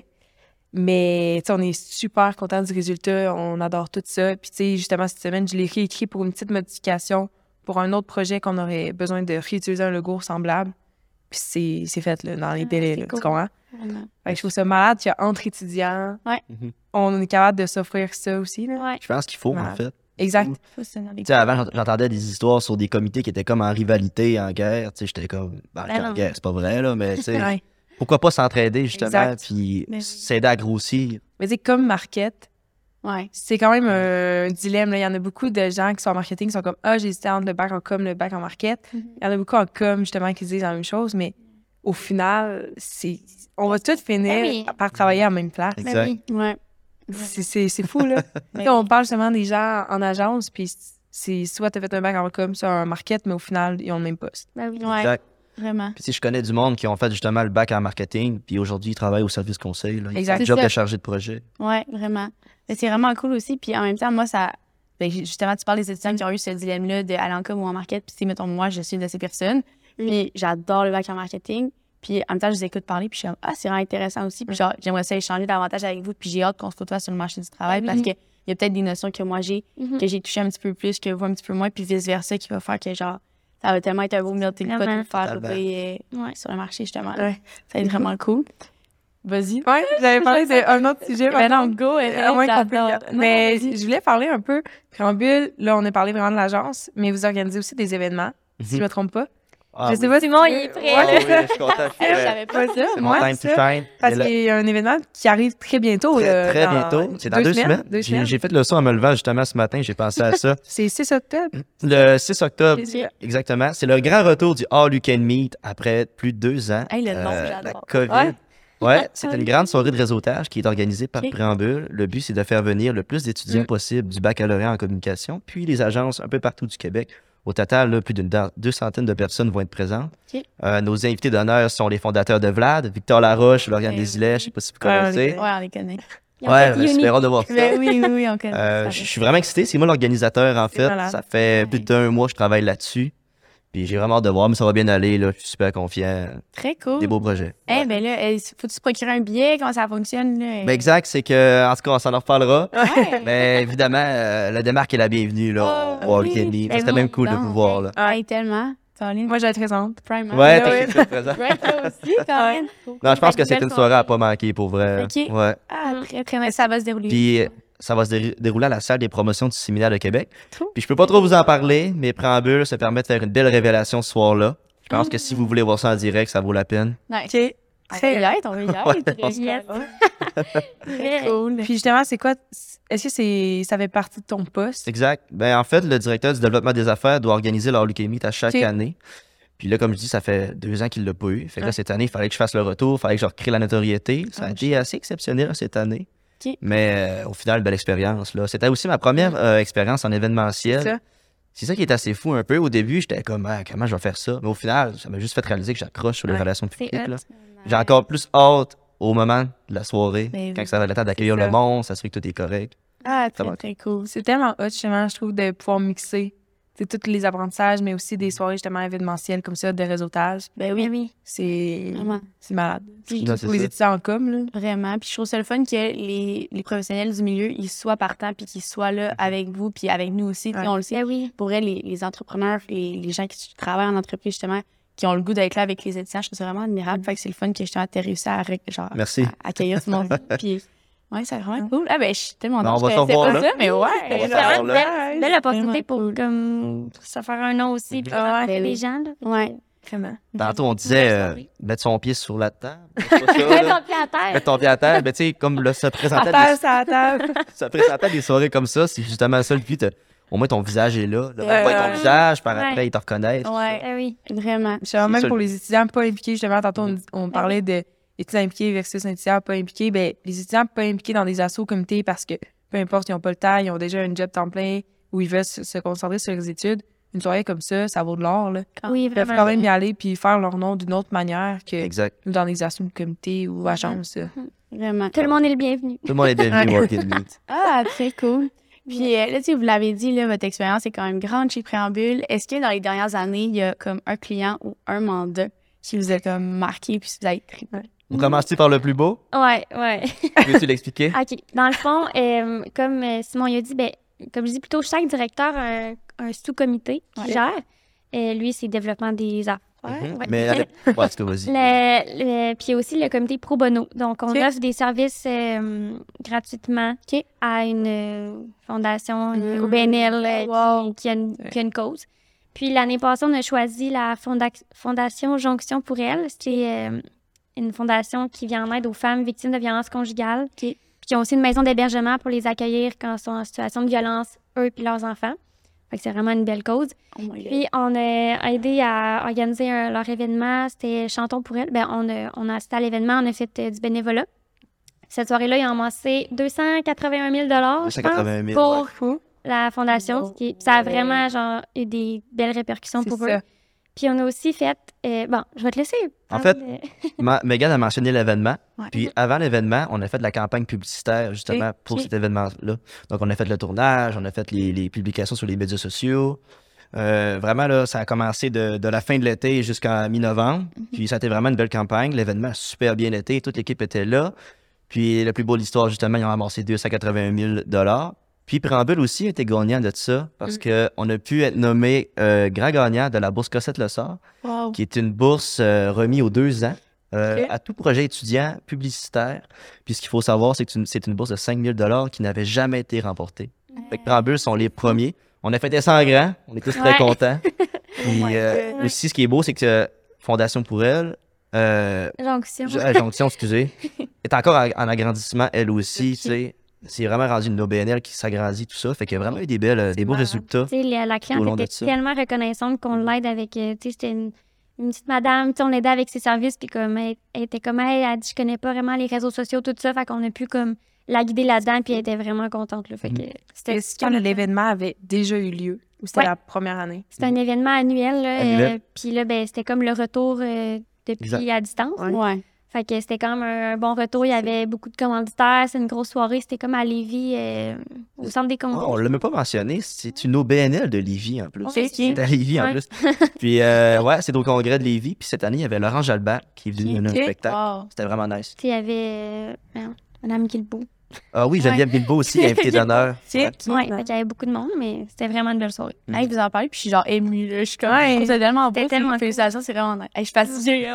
Mais, tu sais, on est super contents du résultat. On adore tout ça. Puis, tu sais, justement, cette semaine, je l'ai réécrit pour une petite modification pour un autre projet qu'on aurait besoin de réutiliser un logo semblable. Puis, c'est, c'est fait, là, dans les délais, c'est là, cool. tu comprends? Vraiment. Fait que je trouve ça malade qu'il y a entre étudiants. Ouais. Mhm. On est capable de s'offrir ça aussi, là. Ouais. Je pense qu'il faut, en Ouais. fait. Exact. Faut se donner des Tu sais, avant, j'ent- j'entendais des histoires sur des comités qui étaient comme en rivalité, en guerre. Tu sais, j'étais comme, ben, Ben en non. guerre, c'est pas vrai, là, mais tu sais, Ouais. pourquoi pas s'entraider, justement, Exact. puis Mais oui. s'aider à grossir. Mais, tu sais, comme market, Ouais. c'est quand même un dilemme, là. Il y en a beaucoup de gens qui sont en marketing qui sont comme « Ah, j'ai hésité entre le bac en com, le bac en market. Mhm. Il y en a beaucoup en com, justement, qui disent la même chose, mais au final, c'est on va tous finir Ben oui. par travailler à la même place. Exact. Ben oui. Ouais. C'est, c'est, c'est fou, là. Tu sais, on parle justement des gens en agence, puis c'est soit tu as fait un bac en com, soit un market, mais au final, ils ont le même poste. Ben oui. Ouais. Exact. Vraiment. Puis, tu sais, je connais du monde qui ont fait justement le bac en marketing, puis aujourd'hui, ils travaillent au service conseil. Là. Ils Exact. font le C'est job ça. de chargé de projet. Ouais, vraiment. Mais c'est vraiment cool aussi. Puis en même temps, moi, ça. Ben, justement, tu parles des étudiants qui ont eu ce dilemme-là de aller en com ou en market. Puis, tu sais, mettons, moi, je suis de ces personnes. Puis, j'adore le bac en marketing. Puis, en même temps, je les écoute parler. Puis, je suis comme, ah, c'est vraiment intéressant aussi. Puis, genre, j'aimerais ça échanger davantage avec vous. Puis, j'ai hâte qu'on se côtoie sur le marché du travail parce Mhm. qu'il y a peut-être des notions que moi, j'ai, Mhm. que j'ai touché un petit peu plus, que vous un petit peu moins. Puis, vice-versa, qui va faire que, genre, ça va tellement être un beau melting pot de Vraiment. vous faire Totalement. trouver, euh, Ouais. sur le marché, justement. là. Ouais. Ça va être vraiment cool. Vas-y. Ouais, j'avais parlé d'un autre sujet. Ben maintenant. non, go, À moins qu'on peut le j'adore. garder. Non, Mais vas-y. je voulais parler un peu. Préambule, là, on a parlé vraiment de l'agence, mais vous organisez aussi des événements, si je ne me trompe pas. Ah, je sais oui. pas Simon, si- il est prêt, Ouais. Ah oui, je suis content. Je savais pas ça. C'est mon Ouais, time to ça. shine. Parce Et là- qu'il y a un événement qui arrive très bientôt. Très, là, très dans bientôt. C'est dans deux, semaines. Deux J'ai semaines. j'ai fait le saut en me levant justement ce matin. J'ai pensé à ça. C'est six octobre. Le six octobre, Ok. exactement. C'est le grand retour du All You Can Meet après plus de deux ans. Hey, le nom, Euh, j'adore. La COVID. Ouais. Ouais, c'est une grande soirée de réseautage qui est organisée par Ok. Préambule. Le but, c'est de faire venir le plus d'étudiants Mm. possible du baccalauréat en communication, puis les agences un peu partout du Québec. Au total, là, plus d'une da- deux centaines de personnes vont être présentes. Ok. Euh, nos invités d'honneur sont les fondateurs de Vlad, Victor Laroche, Lauriane Eh Desilets, je ne sais pas si vous Ouais, on les connaissez. connaît. Ouais, on les connaît. Ils ont Ouais, fait ben, Uni. super hâte de voir ça. Ben oui, oui, oui, on connaît. Euh, Ça je va. suis vraiment excité. C'est moi l'organisateur, en C'est fait. malade. Ça fait plus d'un mois que je travaille là-dessus. Puis j'ai vraiment hâte de voir, mais ça va bien aller. Là. Je suis super confiant. Très cool. Des beaux projets. Eh, ben là, eh, faut-tu se procurer un billet? Comment ça fonctionne, là? Ben exact, c'est que, en tout cas, on s'en en reparlera. Ouais. Mais évidemment, euh, la démarque est la bienvenue. Là, Oh, au oui. All You Can Meet. Ben Ça serait même cool de donc. vous voir. Là. Hey, tellement. Caroline, Moi, j'allais être présente. Prime. hein? Ouais, ouais. t'es présent. Right, toi aussi, Caroline. Non, je pense que c'est Belle une soirée à pas manquer pour vrai. Ok. Ouais. Ah, très, très bien. Ça va se dérouler. Puis euh, ça va se dé- dérouler à la salle des promotions du séminaire de Québec. Cool. Puis je peux pas trop vous en parler, mais Préambule, ça permet de faire une belle révélation ce soir-là. Je pense que si vous voulez voir ça en direct, ça vaut la peine. Nice. OK. On va y être, on va y être. Ouais, Très yes. Très cool. Puis justement, c'est quoi? Est-ce que c'est ça fait partie de ton poste? Exact. Ben, en fait, le directeur du développement des affaires doit organiser leur All You Can Meet à chaque Ok. année. Puis là, comme je dis, ça fait deux ans qu'il l'a pas eu. Fait que là, Ouais. cette année, il fallait que je fasse le retour, il fallait que je recrée la notoriété. Ça a Ah, été assez exceptionnel cette année. Ok. Mais euh, au final, belle expérience. Là. C'était aussi ma première euh, expérience en C'est événementiel. ça? c'est ça qui est assez fou un peu. Au début, j'étais comme, ah, comment je vais faire ça? Mais au final, ça m'a juste fait réaliser que j'accroche sur les Ouais, relations c'est publiques. hot. Là. J'ai encore plus hâte au moment de la soirée, Ben quand oui. ça va être le temps d'accueillir C'est le ça. monde, s'assurer que tout est correct. Ah, Ça va. très, très cool. C'est tellement hot, justement, je trouve, de pouvoir mixer tous les apprentissages, mais aussi des soirées, justement, événementielles comme ça, de réseautage. Ben Oui, oui, oui. C'est vraiment. c'est malade. Puis, Non, c'est Pour les ça. étudiants en com, là. Vraiment. Puis je trouve ça le fun que les, les professionnels du milieu, ils soient partants puis qu'ils soient là avec vous puis avec nous aussi. Tu sais, Ouais. on le sait. Ben oui. Pour elle, les, les entrepreneurs, les, les gens qui travaillent en entreprise, justement, qui ont le goût d'être là avec les étudiants, je trouve ça vraiment admirable. Fait que c'est le fun que justement, tu réussi à, ré- genre, Merci. à accueillir tout le monde. Puis, ouais, c'est vraiment cool. Ah, ben, je suis tellement Ben, on contente. va Je se connaissais revoir, pas là. ça, mais ouais. On va C'est se revoir, vraiment là. une belle, belle opportunité Vraiment pour cool. comme, se faire un nom aussi, puis Ah, rencontrer ben les oui. gens. Là. Ouais. Vraiment. Tantôt, on Une disait belle euh, soirée. mettre son pied sur la table. C'est pas ça, Mets là. ton pied à terre. Mettre ton pied à terre. Ben, tu sais, comme là, se À présentait terre, des, c'est à table. se présentait des soirées comme ça, c'est justement ça le but. de- Au moins, ton visage est là. Le monde Ouais, voit ton ouais. visage, par Ouais. après, ils te reconnaissent. Ouais. Ben oui. Vraiment. Justement, C'est même ça, pour le les étudiants pas impliqués, justement, tantôt, on, on parlait de étudiants impliqués versus étudiants pas impliqués. Ben, les étudiants pas impliqués dans des assos comités parce que, peu importe, ils n'ont pas le temps, ils ont déjà un job temps plein ou ils veulent se, se concentrer sur leurs études. Une soirée comme ça, ça vaut de l'or, là. Oui, Ils peuvent vraiment. quand même y aller puis faire leur nom d'une autre manière que Exact. dans des assos de comité ou agences. là. Vraiment. Tout le monde est le bienvenu. Tout le monde est bienvenu Work It Meet. Ah, très cool. Puis euh, là, tu sais, vous l'avez dit, là, votre expérience est quand même grande chez Préambule. Est-ce que dans les dernières années, il y a comme un client ou un mandat qui vous a comme marqué puis vous avez trippé? On commence-tu par le plus beau? Ouais, ouais. Peux-tu l'expliquer? OK. Dans le fond, euh, comme euh, Simon il a dit, ben, comme je dis plutôt, chaque directeur a un, un sous-comité qui Ouais. gère. Euh, lui, c'est développement des affaires. Mhm. Ouais. Mais, allez, ouais, en tout cas, vas-y. Le, le- puis il y a aussi le comité pro bono. Donc, on Ok. offre des services euh, gratuitement à une euh, fondation, une- Mm. au B N L, euh, Wow. qui, qui a une, qui a une cause. Puis l'année passée, on a choisi la fonda- Fondation Jonction pour elle. C'est euh, une fondation qui vient en aide aux femmes victimes de violences conjugales. Puis qui ont aussi une maison d'hébergement pour les accueillir quand ils sont en situation de violence, eux et leurs enfants. Fait que c'est vraiment une belle cause. Oh my God. Puis, on a aidé à organiser un- leur événement. C'était Chantons pour elle. Ben, on, a, on a assisté à l'événement. On a fait euh, du bénévolat. Cette soirée-là, ils ont amassé deux cent quatre-vingt-un mille dollars, deux je cent pense, quatre-vingt mille. pour ouais. la fondation. Oh, ce qui est- ça a ouais. vraiment genre, eu des belles répercussions C'est pour ça. eux. Puis, on a aussi fait... euh, bon, je vais te laisser En parler fait, de- Ma- Megan a mentionné l'événement. Ouais. Puis avant l'événement, on a fait de la campagne publicitaire justement Ok, pour ok. cet événement-là. Donc on a fait le tournage, on a fait les, les publications sur les médias sociaux. Euh, vraiment, là, ça a commencé de, de la fin de l'été jusqu'en mi-novembre. Puis ça a été vraiment une belle campagne. L'événement a super bien été. Toute l'équipe était là. Puis le plus beau de l'histoire, justement, ils ont amassé deux cent quatre-vingt mille dollars. Puis Préambule aussi a été gagnant de ça parce qu'on a pu être nommé euh, grand gagnant de la bourse Cossette Le Sort, Wow. qui est une bourse euh, remise aux deux ans euh, Ok. à tout projet étudiant publicitaire. Puis ce qu'il faut savoir, c'est que c'est une, c'est une bourse de cinq mille dollars qui n'avait jamais été remportée. Fait que Préambule sont les premiers. On a fêté ça en grand. On est tous très Ouais. contents. Puis my euh, God. aussi, ce qui est beau, c'est que euh, Fondation pour elle, euh, Jonction. euh, Jonction, excusez, est encore en, en agrandissement, elle aussi. Tu sais, c'est vraiment rendu une O B N L qui s'agrandit, tout ça. Fait qu'il y a vraiment eu des, belles, euh, des beaux marrant. résultats. Tu sais, la, la Tout au long cliente de était ça. tellement reconnaissante qu'on l'aide avec... euh, tu sais, c'était une, une petite madame, tu sais, on l'aidait avec ses services, puis comme, elle, elle était comme, elle, elle dit, je connais pas vraiment les réseaux sociaux, tout ça, fait qu'on a pu comme la guider là-dedans, puis elle était vraiment contente, là. Fait que c'était... Est-ce que l'événement avait déjà eu lieu ou c'était Ouais. la première année? C'était un événement annuel, là. Annuel. euh, puis là, ben, c'était comme le retour euh, depuis Exact. à distance. Ouais. Ouais. Fait que c'était quand même un, un bon retour. Il y avait beaucoup de commanditaires. C'est une grosse soirée. C'était comme à Lévis, euh, au centre des Oh, congrès. on l'a même pas mentionné, c'est une O B N L de Lévis en plus. Ouais, c'est C'est à Lévis en Ouais. plus. Puis euh, ouais, c'est au congrès de Lévis. Puis cette année, il y avait Laurent Jalbert qui est venu donner Ok. un spectacle. Wow. C'était vraiment nice. Tu sais, il y avait euh, voyons, Madame Guilbeault. Ah oui, Geneviève Bilbao aussi, invité d'honneur. Tiens. Ouais, fait qu'il y avait beaucoup de monde, mais c'était vraiment une belle soirée. Hey, vous en parlez, puis je suis genre émue, là. Je suis comme, Ouais. je trouve ça tellement C'était beau. tellement cool. Félicitations, c'est vraiment nice. Hey, je suis fatiguée.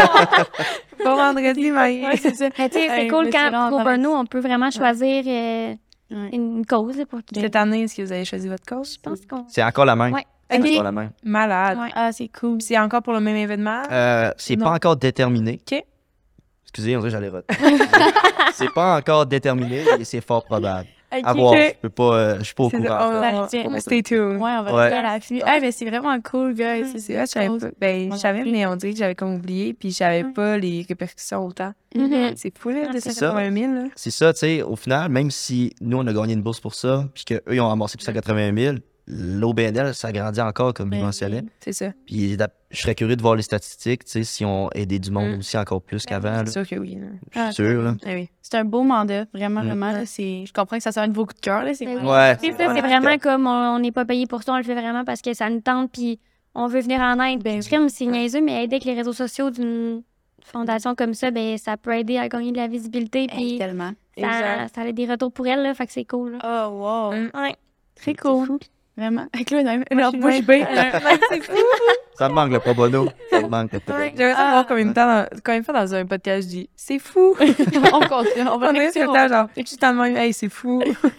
Pas vendredi, mais. Ouais, c'est ça. Mais tu sais, c'est Hey, cool mais c'est quand, vraiment pour nice. Burno, on peut vraiment choisir euh, Ouais. une cause pour qu'il... Cette année, est-ce que vous avez choisi votre cause? Je pense qu'on... C'est encore la même. Ouais. C'est Ok. encore la même. Malade. Ouais. Ah, c'est cool. C'est encore pour le même événement? Euh, c'est Non. pas encore déterminé. OK. Excusez, on dirait que j'allais roter. C'est pas encore déterminé, mais c'est fort probable. À Ok. voir. Je peux pas, euh, je suis pas au C'est courant. ça, on- Ouais, on- tiens. on- Stay tuned. Ouais, on va Ouais. rester à l'affût. Ah, mais c'est vraiment cool, guys. C'est ça, je savais pas. Ben, Moi je savais, non plus. mais on dirait que j'avais comme oublié, puis je savais pas les répercussions autant. Mhm. C'est fou, là, de C'est cent quatre-vingt mille, là. C'est ça, tu sais, au final, même si nous, on a gagné une bourse pour ça, puis qu'eux, ils ont ramassé deux cent quatre-vingt mille, l'O B N L s'agrandit encore, comme il Ben mentionnait. oui. C'est ça. Puis d'ap- je serais curieux de voir les statistiques, tu sais, si on aidé du monde Mm. aussi encore plus qu'avant. C'est là. sûr que oui. là. Je suis Ah, sûr, là. Ah oui. C'est un beau mandat, vraiment, Mm. vraiment. Là, c'est... Je comprends que ça soit un de vos coups de cœur. Là, c'est Ben vraiment- oui. Ouais. C'est ça, c'est vraiment comme on n'est pas payé pour ça, on le fait vraiment parce que ça nous tente, puis on veut venir en aide. Ben Puis crime, c'est niaiseux, mais aider avec les réseaux sociaux d'une fondation comme ça, ben ça peut aider à gagner de la visibilité, Hey, puis tellement. ça, Exact. ça a des retours pour elle, là, fait que c'est cool. Là. Oh, wow. Mm. Ouais. Très cool. Vraiment. Avec le même. Moi, Alors, je moi, je suis paye. c'est fou. Ça me manque le pro bono. Ça me manque le pro bono. J'aimerais ça voir combien de temps, dans- combien de fois dans un podcast, je dis c'est fou. on continue. On va On est rester sur le temps, genre, je suis tellement, hey, c'est fou.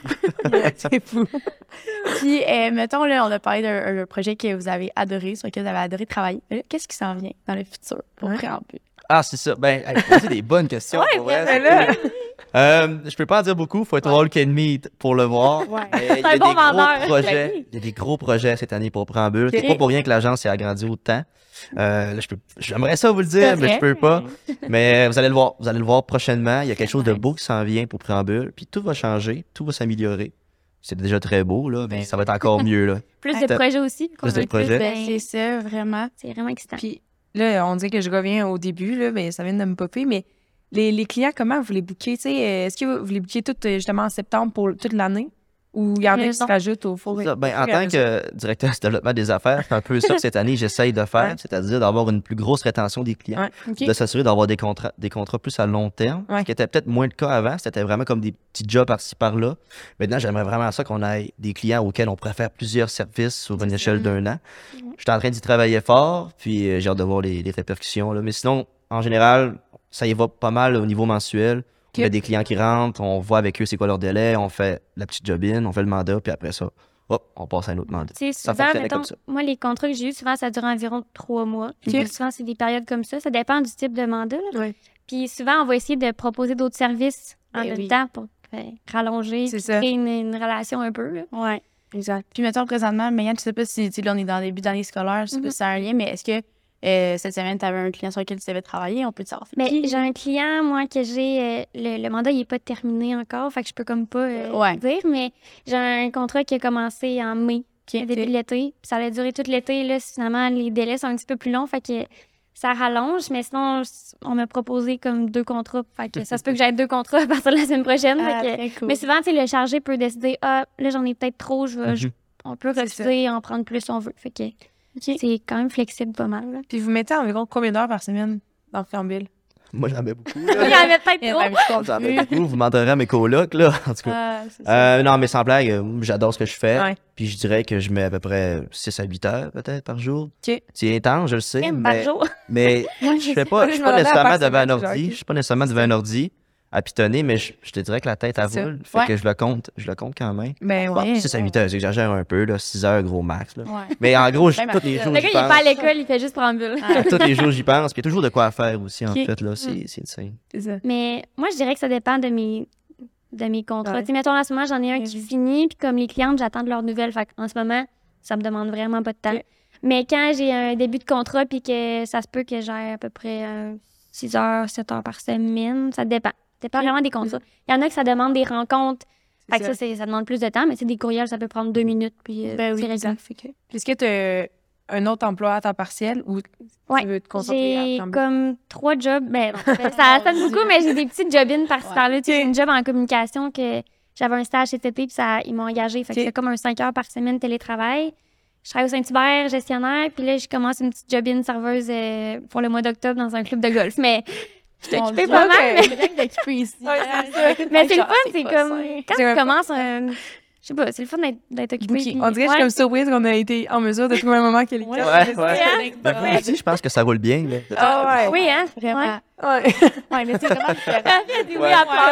C'est fou. Puis, euh, mettons, là, on a parlé d'un d'un projet que vous avez adoré, sur lequel vous avez adoré travailler. Mais là, qu'est-ce qui s'en vient dans le futur pour Ouais. Préambule? Ah, c'est ça. Ben, hey, posez des bonnes questions. pour vrai. Mais là, Euh, je peux pas en dire beaucoup. Faut être au All Can Meet pour le voir. Ouais. Mais Il y un a bon des gros vendeur. projets. Ben oui. Il y a des gros projets cette année pour Préambule. C'est Ok. pas pour rien que l'agence s'est agrandie autant. Euh, là, je peux, j'aimerais ça vous le dire, C'est mais vrai. je peux pas. Mais vous allez le voir. Vous allez le voir prochainement. Il y a quelque chose de beau qui s'en vient pour Préambule. Puis tout va changer. Tout va s'améliorer. C'est déjà très beau, là, mais Ben ça va être encore mieux, là. Plus Ah, de projets aussi. qu'on Plus de veut projets. Ben, ben, c'est ça, vraiment. c'est vraiment excitant. puis là, on dit que je reviens au début, là, mais ça vient de me popper, mais les, les clients, comment vous les bookez? Tu sais, euh, est-ce que vous les bookez tout euh, justement en septembre pour toute l'année? Ou il y en a Euh, qui se non. rajoutent au four? Ça, ben, en tant que directeur du développement des affaires, c'est un peu ça que cette année, j'essaye de faire, Ouais. c'est-à-dire d'avoir une plus grosse rétention des clients, Ouais. OK. de s'assurer d'avoir des contrats, des contrats plus à long terme, Ouais. ce qui était peut-être moins le cas avant. C'était vraiment comme des petits jobs par-ci par-là. Maintenant, j'aimerais vraiment ça qu'on ait des clients auxquels on pourrait faire plusieurs services sur une échelle d'un an. Je suis en train d'y travailler fort, puis euh, j'ai hâte de voir les, les répercussions, là. Mais sinon, en général, ça y va pas mal au niveau mensuel. Il y a des clients qui rentrent, on voit avec eux c'est quoi leur délai, on fait la petite job-in, on fait le mandat, puis après ça, hop, on passe à un autre mandat. Tu sais, Ça souvent, fonctionnait mettons, comme ça. moi, les contrats que j'ai eus, souvent, ça dure environ trois mois. Puis souvent, c'est des périodes comme ça. Ça dépend du type de mandat. Là. Ouais. Puis souvent, on va essayer de proposer d'autres services en Ben même oui. temps pour euh, rallonger, C'est puis ça. créer une, une relation un peu. Là. Ouais. Exact. Puis, mettons, présentement, Mégane, je sais pas si, tu sais, là, on est dans le début d'année scolaire, je sais pas Mhm. si ça a un lien, mais est-ce que euh, cette semaine, tu avais un client sur lequel tu savais travailler? On peut te savoir. c'est Mais qui? j'ai un client, moi, que j'ai. euh, le, le mandat, il n'est pas terminé encore. Fait que je peux comme pas euh, Ouais. dire. Mais j'ai un contrat qui a commencé en mai, OK. début de l'été. Puis ça allait durer tout l'été. Là, finalement, les délais sont un petit peu plus longs. Fait que ça rallonge. Mais sinon, on m'a proposé comme deux contrats. Fait que ça se peut que j'aille deux contrats à partir de la semaine prochaine. Ah, Fait que- très cool. Mais souvent, tu sais, le chargé peut décider, ah, là, j'en ai peut-être trop. Je, vais- je- Mhm. on peut C'est refuser, en prendre plus si on veut. Fait que OK. c'est quand même flexible pas mal. Là. Puis vous mettez environ combien d'heures par semaine dans le préambule? Moi, j'en mets beaucoup. Il y en là. avait peut-être Eh, trop. ouais, mais je J'en mets comprends. beaucoup. Vous m'entendrez à mes colocs, là, en tout cas. Ah, c'est ça. Euh, non, mais sans blague, euh, j'adore ce que je fais. Ouais. Puis je dirais que je mets à peu près six à huit heures, peut-être, par jour. OK. C'est intense, je le sais. Même par Mais, jour. mais je fais pas, Ouais, je suis je pas me demandais à nécessairement part devant un semaine, ordi. genre, Je suis pas nécessairement devant un ordi à pitonner, mais je, je te dirais que la tête à C'est ça. vol. Fait Ouais. que je le compte. Je le compte quand même. Ben Bon, ouais. six à huit heures, j'exagère un peu, là. six heures, gros max, là. Ouais. Mais en gros, je- Même tous les après. jours, Le j'y gars, il est pense. pas à l'école, il fait juste prendre bulle. Ah, Tous les jours, j'y pense. Puis il y a toujours de quoi faire aussi, en Ok. fait, là. C'est c'est insane. C'est ça. Mais moi, je dirais que ça dépend de mes, de mes contrats. Ouais. Tu sais, mettons, en ce moment, j'en ai un Oui, qui oui. finit, puis comme les clientes, j'attends de leurs nouvelles. Fait en ce moment, ça me demande vraiment pas de temps. Ok. Mais quand j'ai un début de contrat, puis que ça se peut que j'ai à peu près euh, six heures, sept heures par semaine, ça dépend. Ça dépend vraiment des contrats. Il y en a que ça demande des rencontres. Fait que ça. ça, c'est- ça demande plus de temps, mais tu sais, des courriels, ça peut prendre deux minutes, puis euh, Ben oui, c'est réglé. exact. Fait que- Puis est-ce que tu as un autre emploi à temps partiel ou Ouais. tu veux te concentrer à J'ai préambule? comme trois jobs. Ben, non, ça sonne beaucoup, mais j'ai des petites job-ins par-ci Ouais. par-là. Tu sais, Ok. J'ai une job en communication que j'avais un stage cet été, puis ça, ils m'ont engagée. Fait que Ok. c'est comme un cinq heures par semaine télétravail. Je travaille au Saint-Hubert, gestionnaire, puis là, je commence une petite job-in serveuse euh, pour le mois d'octobre dans un club de golf. Mais je suis Mon occupée Dieu, pas mal. mais- c'est vrai que d'occuper ici. Ouais, Ah, Mais c'est le genre, fun, c'est pas comme. sain. Quand C'est tu un- commences un. Je sais pas, c'est le fun d'être, d'être occupé. Booké. puis- On dirait que je suis Ouais. comme surprise qu'on a été en mesure de trouver un moment qui est Ouais, Ouais, c'est ouais. ça. Mais vous aussi, je pense que ça roule bien, là. Ah ouais. Oui, hein? Vraiment. Ouais. Ouais, mais c'est vraiment différent. Ouais. Oui, Ouais.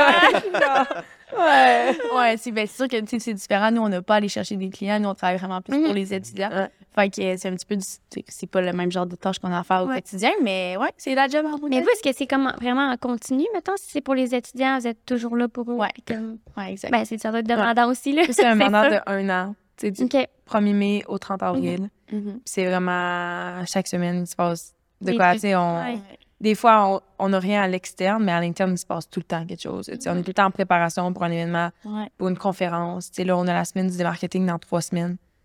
à toi. Ouais. Ouais, c'est ben, c'est sûr que tu sais, c'est différent. Nous, on n'a pas à aller chercher des clients. Nous, on travaille vraiment plus pour Mhm. les étudiants. Ouais. Fait que euh, c'est un petit peu du. tu sais, C'est pas le même genre de tâches qu'on a à faire au Ouais. quotidien, mais ouais, c'est la job en bout de Mais ligne. vous, est-ce que c'est comme vraiment en continu, mettons, si c'est pour les étudiants, vous êtes toujours là pour eux? Ouais. puis comme- Ouais, exact. Ben, c'est, ça doit être demandant aussi, là. C'est un mandat ça. de un an. Tu sais, du OK. premier mai au trente avril. Mhm. Puis c'est vraiment chaque semaine, il se passe de Des quoi. trucs. Tu sais, on, Ouais. Des fois, on n'a rien à l'externe, mais à l'interne, il se passe tout le temps quelque chose. Tu sais, on est tout le temps en préparation pour un événement, Ouais. pour une conférence. Tu sais, là, on a la semaine du marketing dans trois semaines.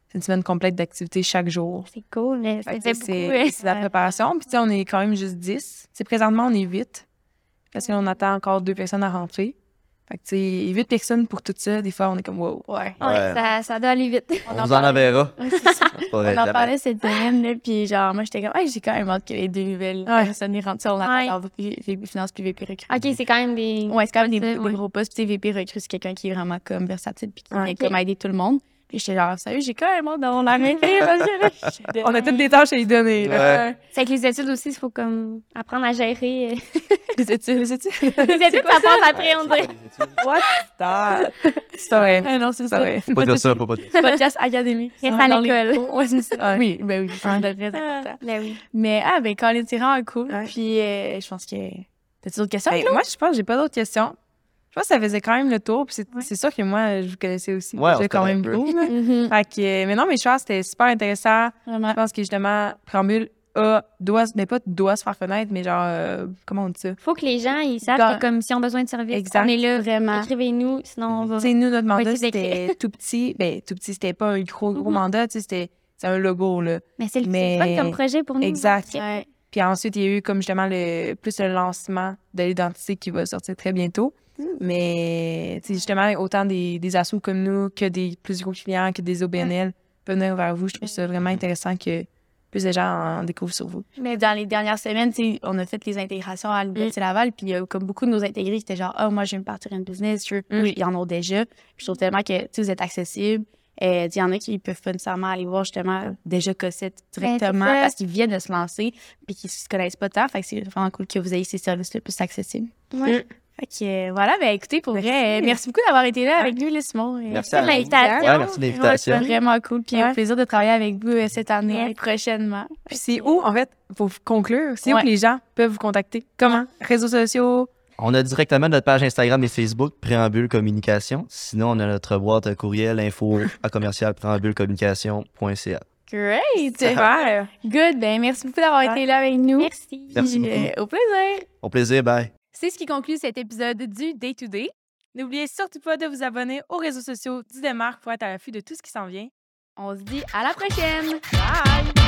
c'est une semaine complète d'activités chaque jour. C'est cool, mais Fait ça que fait c'est beaucoup. ouais. c'est la préparation. Puis, tu sais, on est quand même juste dix. C'est présentement, on est huit. Parce qu'on attend encore deux personnes à rentrer. Fait que, tu sais, huit personnes pour tout ça, des fois, on est comme, wow. Ouais. Ouais, Ouais. Ça, ça doit aller vite. On vous en enverra. Ouais, c'est ça. C'est pas vrai, On en jamais. parlait cette semaine, là, puis genre, moi, j'étais comme, hey, j'ai quand même hâte que les deux nouvelles Ouais. personnes y rentrent. On Ouais. attend V P Finance puis V P Recrue. OK, c'est quand même des... Ouais, c'est quand même des, Ouais. des gros postes. Puis, tu sais, V P Recrue, c'est quelqu'un qui est vraiment comme versatile puis qui Ouais. vient comme aider tout le monde. Puis, j'étais genre, sérieux, j'ai quand même hâte d'avoir la même fille parce que là, j'étais- On a toutes des tâches à y donner. là. Ouais. C'est avec les études aussi, il faut comme apprendre à gérer. Les études. Les études. Les études, ça passe après, on dirait. What? Stop. C'est pas vrai. Ah non, c'est C'est ça. pas vrai. Faut pas dire ça, faut pas dire ça. Podcast académique. Reste Ouais, à dans les l'école. cours. Ouais, c'est ça. Ouais. Oui, ben oui, c'est très important. Ben oui. Mais, ah, ben, Colin, c'est vraiment cool. Ouais. Puis, euh, je pense que. T'as-tu d'autres questions? Ben, Claude? moi, je pense que j'ai pas d'autres questions. Je pense que ça faisait quand même le tour. Puis c'est c'est sûr que moi, je vous connaissais aussi. Ouais, on J'ai se quand connaît même un peu. beaucoup. là. Mhm. Fait que, mais non, mais je pense que c'était super intéressant. Vraiment. Je pense que justement, Préambule a, doit, mais pas doit se faire connaître, mais genre, euh, comment on dit ça? Faut que les gens, ils savent Quand- que comme si on a besoin de service, Exact. on est là, Vraiment. écrivez-nous, sinon on va... Tu sais, nous, notre mandat, Ouais, c'est écrit. c'était tout petit. Ben, tout petit, c'était pas un gros, gros Mhm. mandat, tu sais, c'était c'est un logo, là. Mais c'est le Mais- c'est fun comme projet pour nous. Exact. Ouais. Puis ensuite, il y a eu comme justement le, plus le lancement de l'identité qui va sortir très bientôt. Mais tu sais, justement, autant des, des assos comme nous que des plus gros clients, que des O B N L peuvent venir vers vous. Je trouve ça vraiment intéressant que plus de gens en découvrent sur vous. Mais dans les dernières semaines, tu sais, on a fait les intégrations à l'Université Laval, puis il y a comme beaucoup de nos intégrés qui étaient genre, ah, moi, je vais me partir une business, je veux... Mm. Oui, ils en ont déjà. Puis je trouve tellement que, tu sais, vous êtes accessible. Euh, il y en a qui peuvent pas nécessairement aller voir justement déjà Cossette directement Ben, c'est ça. parce qu'ils viennent de se lancer puis qu'ils se connaissent pas tant. Fait que c'est vraiment cool que vous ayez ces services-là plus accessibles. Ouais. Fait que euh, voilà, ben écoutez, pour Merci. vrai, euh, merci beaucoup d'avoir été là avec nous, les Simon. Euh, Merci C'est à vous. l'invitation. Ouais, merci de l'invitation. C'est vraiment cool. Puis Ouais. un plaisir de travailler avec vous euh, cette année Yes. et prochainement. Puis c'est où, en fait, pour conclure, c'est où Ouais. que les gens peuvent vous contacter? Comment? Réseaux sociaux? On a directement notre page Instagram et Facebook, Préambule Communication. Sinon, on a notre boîte courriel, info à commercial préambulecommunication point c a. Great! Super! Good, ben merci beaucoup d'avoir Ouais. été là avec nous. Merci. Merci Puis, beaucoup. euh, au plaisir! Au plaisir, bye. C'est ce qui conclut cet épisode du Day to Day. N'oubliez surtout pas de vous abonner aux réseaux sociaux du Démarque pour être à l'affût de tout ce qui s'en vient. On se dit à la prochaine! Bye!